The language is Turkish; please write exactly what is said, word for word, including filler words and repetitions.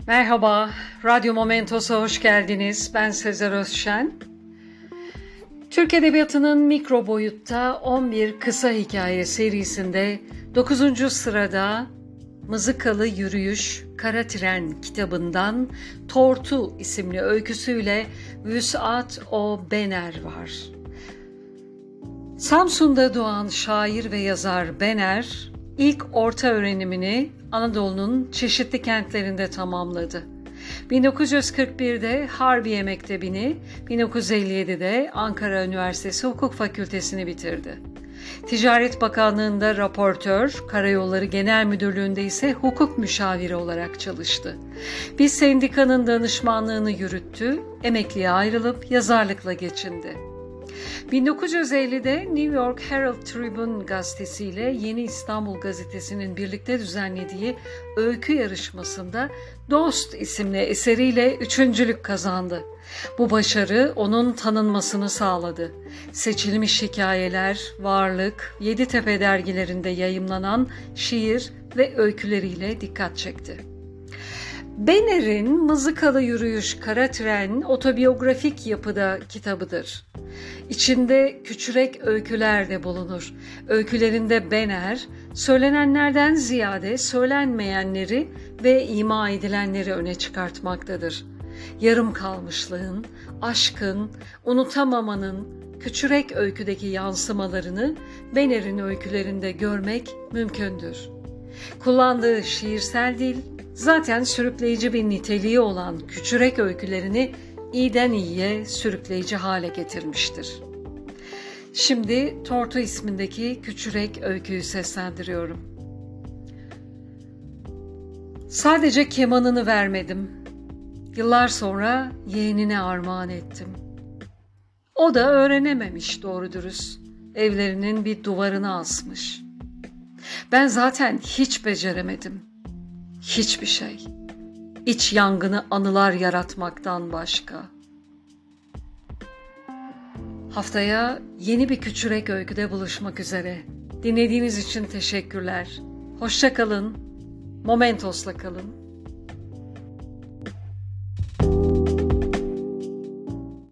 Merhaba, Radyo Momentos'a hoş geldiniz. Ben Sezer Özşen. Türk Edebiyatı'nın mikro boyutta on bir kısa hikaye serisinde dokuzuncu sırada Mızıkalı Yürüyüş Kara Tren kitabından Tortu isimli öyküsüyle Vüs'at O Bener var. Samsun'da doğan şair ve yazar Bener, ilk orta öğrenimini Anadolu'nun çeşitli kentlerinde tamamladı. bin dokuz yüz kırk birde Harbiye Mektebi'ni, bin dokuz yüz elli yedide Ankara Üniversitesi Hukuk Fakültesini bitirdi. Ticaret Bakanlığı'nda raportör, Karayolları Genel Müdürlüğü'nde ise hukuk müşaviri olarak çalıştı. Bir sendikanın danışmanlığını yürüttü, emekliye ayrılıp yazarlıkla geçindi. bin dokuz yüz ellide New York Herald Tribune gazetesi ile Yeni İstanbul gazetesinin birlikte düzenlediği öykü yarışmasında Dost isimli eseriyle üçüncülük kazandı. Bu başarı onun tanınmasını sağladı. Seçilmiş hikayeler, Varlık, Yeditepe dergilerinde yayımlanan şiir ve öyküleriyle dikkat çekti. Bener'in Mızıkalı Yürüyüş Kara Tren otobiyografik yapıda kitabıdır. İçinde küçürek öyküler de bulunur. Öykülerinde Bener, söylenenlerden ziyade söylenmeyenleri ve ima edilenleri öne çıkartmaktadır. Yarım kalmışlığın, aşkın, unutamamanın küçürek öyküdeki yansımalarını Bener'in öykülerinde görmek mümkündür. Kullandığı şiirsel dil, zaten sürükleyici bir niteliği olan küçürek öykülerini iyiden iyiye sürükleyici hale getirmiştir. Şimdi Tortu ismindeki küçürek öyküyü seslendiriyorum. Sadece kemanını vermedim. Yıllar sonra yeğenine armağan ettim. O da öğrenememiş doğru dürüst. Evlerinin bir duvarına asmış. Ben zaten hiç beceremedim. Hiçbir şey. İç yangını anılar yaratmaktan başka. Haftaya yeni bir küçürek öyküde buluşmak üzere. Dinlediğiniz için teşekkürler. Hoşça kalın. Momentos'la kalın.